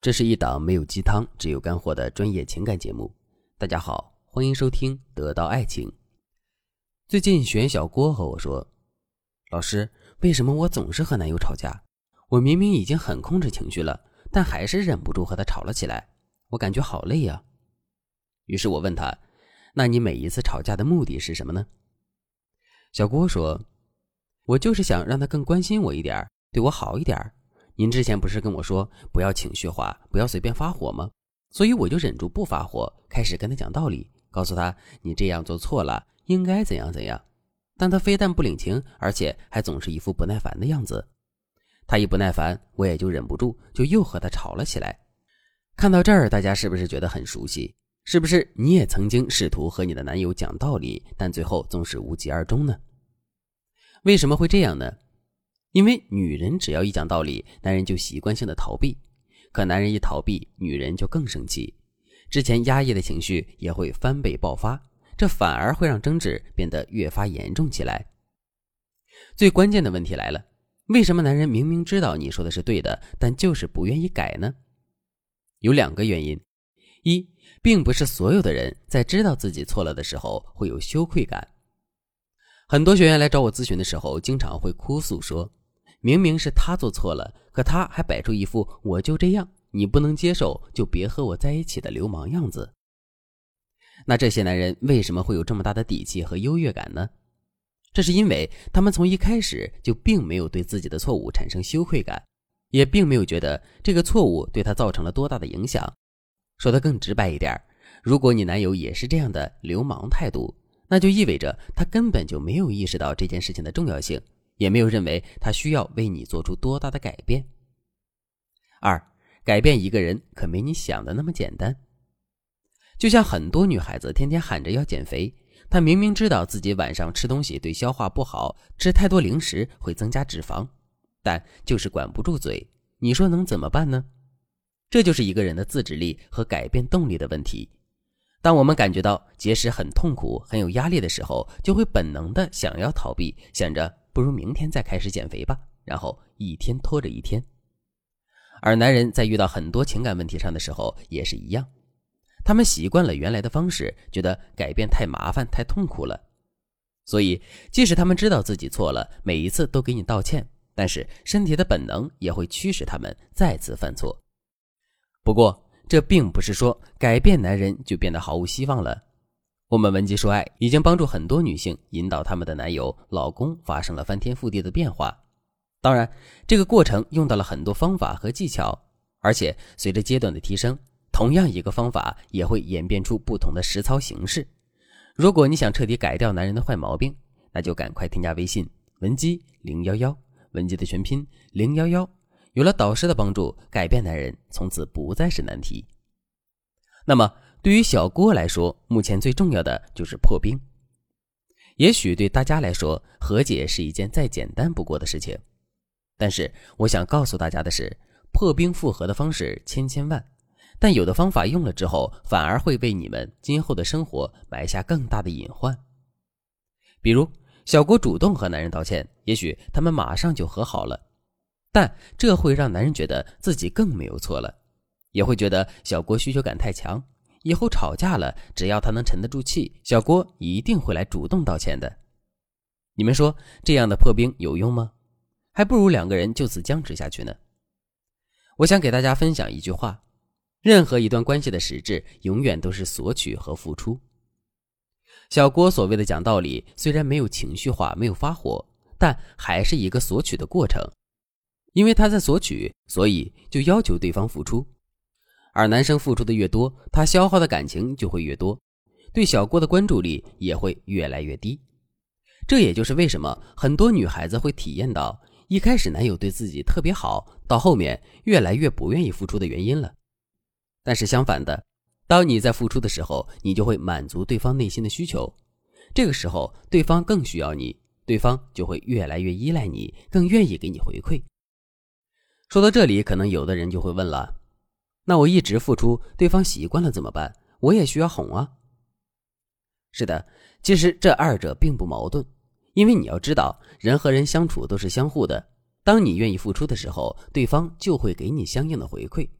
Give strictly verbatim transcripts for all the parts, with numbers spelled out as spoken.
这是一档没有鸡汤只有干货的专业情感节目。大家好，欢迎收听得到爱情。最近选小郭和我说，老师，为什么我总是和男友吵架？我明明已经很控制情绪了，但还是忍不住和他吵了起来，我感觉好累啊。于是我问他，那你每一次吵架的目的是什么呢？小郭说，我就是想让他更关心我一点，对我好一点。您之前不是跟我说不要情绪化，不要随便发火吗？所以我就忍住不发火，开始跟他讲道理，告诉他你这样做错了，应该怎样怎样。但他非但不领情，而且还总是一副不耐烦的样子。他一不耐烦，我也就忍不住，就又和他吵了起来。看到这儿，大家是不是觉得很熟悉？是不是你也曾经试图和你的男友讲道理，但最后总是无疾而终呢？为什么会这样呢？因为女人只要一讲道理，男人就习惯性的逃避，可男人一逃避，女人就更生气，之前压抑的情绪也会翻倍爆发，这反而会让争执变得越发严重起来。最关键的问题来了，为什么男人明明知道你说的是对的，但就是不愿意改呢？有两个原因。一，并不是所有的人在知道自己错了的时候会有羞愧感。很多学员来找我咨询的时候，经常会哭诉说，明明是他做错了，可他还摆出一副我就这样，你不能接受就别和我在一起的流氓样子。那这些男人为什么会有这么大的底气和优越感呢？这是因为他们从一开始就并没有对自己的错误产生羞愧感，也并没有觉得这个错误对他造成了多大的影响。说得更直白一点，如果你男友也是这样的流氓态度，那就意味着他根本就没有意识到这件事情的重要性，也没有认为他需要为你做出多大的改变。二，改变一个人可没你想的那么简单。就像很多女孩子天天喊着要减肥，她明明知道自己晚上吃东西对消化不好，吃太多零食会增加脂肪，但就是管不住嘴，你说能怎么办呢？这就是一个人的自制力和改变动力的问题。当我们感觉到节食很痛苦、很有压力的时候，就会本能的想要逃避，想着不如明天再开始减肥吧，然后一天拖着一天。而男人在遇到很多情感问题上的时候也是一样，他们习惯了原来的方式，觉得改变太麻烦、太痛苦了。所以即使他们知道自己错了，每一次都给你道歉，但是身体的本能也会驱使他们再次犯错。不过这并不是说改变男人就变得毫无希望了。我们文姬说爱已经帮助很多女性引导他们的男友、老公发生了翻天覆地的变化。当然，这个过程用到了很多方法和技巧，而且随着阶段的提升，同样一个方法也会演变出不同的实操形式。如果你想彻底改掉男人的坏毛病，那就赶快添加微信文姬零一一，文姬的全拼零一一，有了导师的帮助，改变男人从此不再是难题。那么对于小郭来说，目前最重要的就是破冰。也许对大家来说，和解是一件再简单不过的事情，但是我想告诉大家的是，破冰复合的方式千千万，但有的方法用了之后，反而会为你们今后的生活埋下更大的隐患。比如小郭主动和男人道歉，也许他们马上就和好了，但这会让男人觉得自己更没有错了，也会觉得小郭需求感太强，以后吵架了，只要他能沉得住气，小郭一定会来主动道歉的。你们说这样的破冰有用吗？还不如两个人就此僵持下去呢。我想给大家分享一句话，任何一段关系的实质永远都是索取和付出。小郭所谓的讲道理，虽然没有情绪化，没有发火，但还是一个索取的过程。因为他在索取，所以就要求对方付出。而男生付出的越多，他消耗的感情就会越多，对小郭的关注力也会越来越低。这也就是为什么很多女孩子会体验到，一开始男友对自己特别好，到后面越来越不愿意付出的原因了。但是相反的，当你在付出的时候，你就会满足对方内心的需求，这个时候对方更需要你，对方就会越来越依赖你，更愿意给你回馈。说到这里，可能有的人就会问了，那我一直付出，对方习惯了怎么办？我也需要哄啊。是的，其实这二者并不矛盾，因为你要知道，人和人相处都是相互的，当你愿意付出的时候，对方就会给你相应的回馈。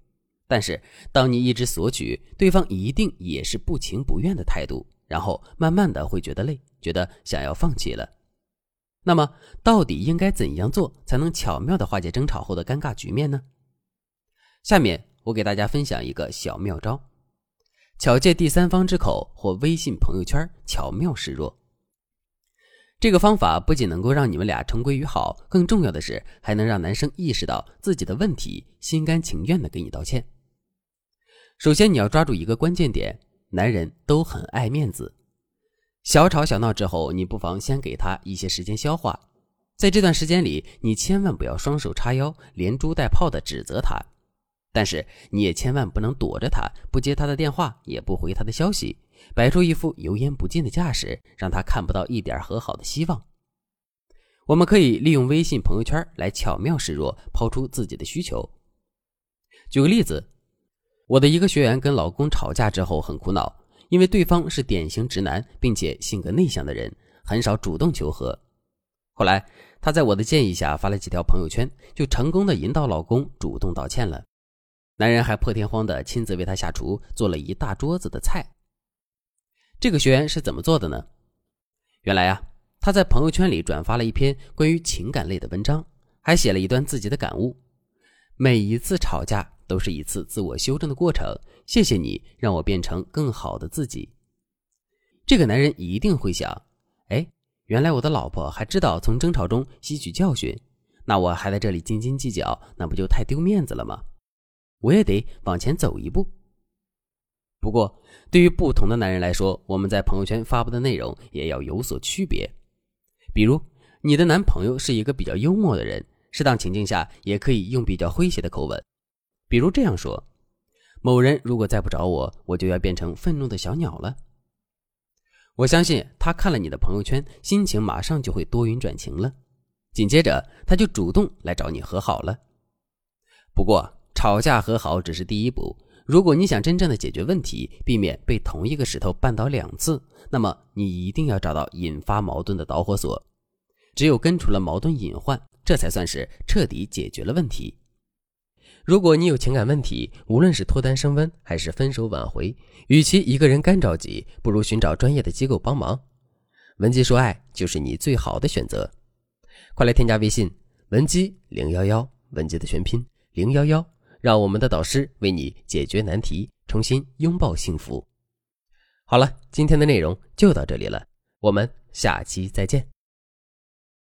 但是当你一直索取，对方一定也是不情不愿的态度，然后慢慢的会觉得累，觉得想要放弃了。那么到底应该怎样做才能巧妙地化解争吵后的尴尬局面呢？下面我给大家分享一个小妙招，巧借第三方之口或微信朋友圈巧妙示弱。这个方法不仅能够让你们俩重归于好，更重要的是还能让男生意识到自己的问题，心甘情愿地给你道歉。首先你要抓住一个关键点，男人都很爱面子。小吵小闹之后，你不妨先给他一些时间消化。在这段时间里，你千万不要双手叉腰，连珠带炮地指责他。但是你也千万不能躲着他，不接他的电话，也不回他的消息，摆出一副油盐不进的架势，让他看不到一点和好的希望。我们可以利用微信朋友圈来巧妙示弱，抛出自己的需求。举个例子，我的一个学员跟老公吵架之后很苦恼，因为对方是典型直男，并且性格内向的人，很少主动求和。后来她在我的建议下发了几条朋友圈，就成功的引导老公主动道歉了。男人还破天荒的亲自为她下厨，做了一大桌子的菜。这个学员是怎么做的呢？原来啊，他在朋友圈里转发了一篇关于情感类的文章，还写了一段自己的感悟。每一次吵架都是一次自我修正的过程，谢谢你让我变成更好的自己。这个男人一定会想，哎，原来我的老婆还知道从争吵中吸取教训，那我还在这里斤斤计较，那不就太丢面子了吗？我也得往前走一步。不过对于不同的男人来说，我们在朋友圈发布的内容也要有所区别。比如你的男朋友是一个比较幽默的人，适当情境下也可以用比较诙谐的口吻，比如这样说，某人如果再不找我，我就要变成愤怒的小鸟了。我相信他看了你的朋友圈，心情马上就会多云转晴了，紧接着他就主动来找你和好了。不过吵架和好只是第一步，如果你想真正的解决问题，避免被同一个石头绊倒两次，那么你一定要找到引发矛盾的导火索。只有根除了矛盾隐患，这才算是彻底解决了问题。如果你有情感问题，无论是脱单升温还是分手挽回，与其一个人干着急，不如寻找专业的机构帮忙。文姬说爱就是你最好的选择。快来添加微信文姬零一一，文姬的全拼零一一，让我们的导师为你解决难题，重新拥抱幸福。好了，今天的内容就到这里了，我们下期再见。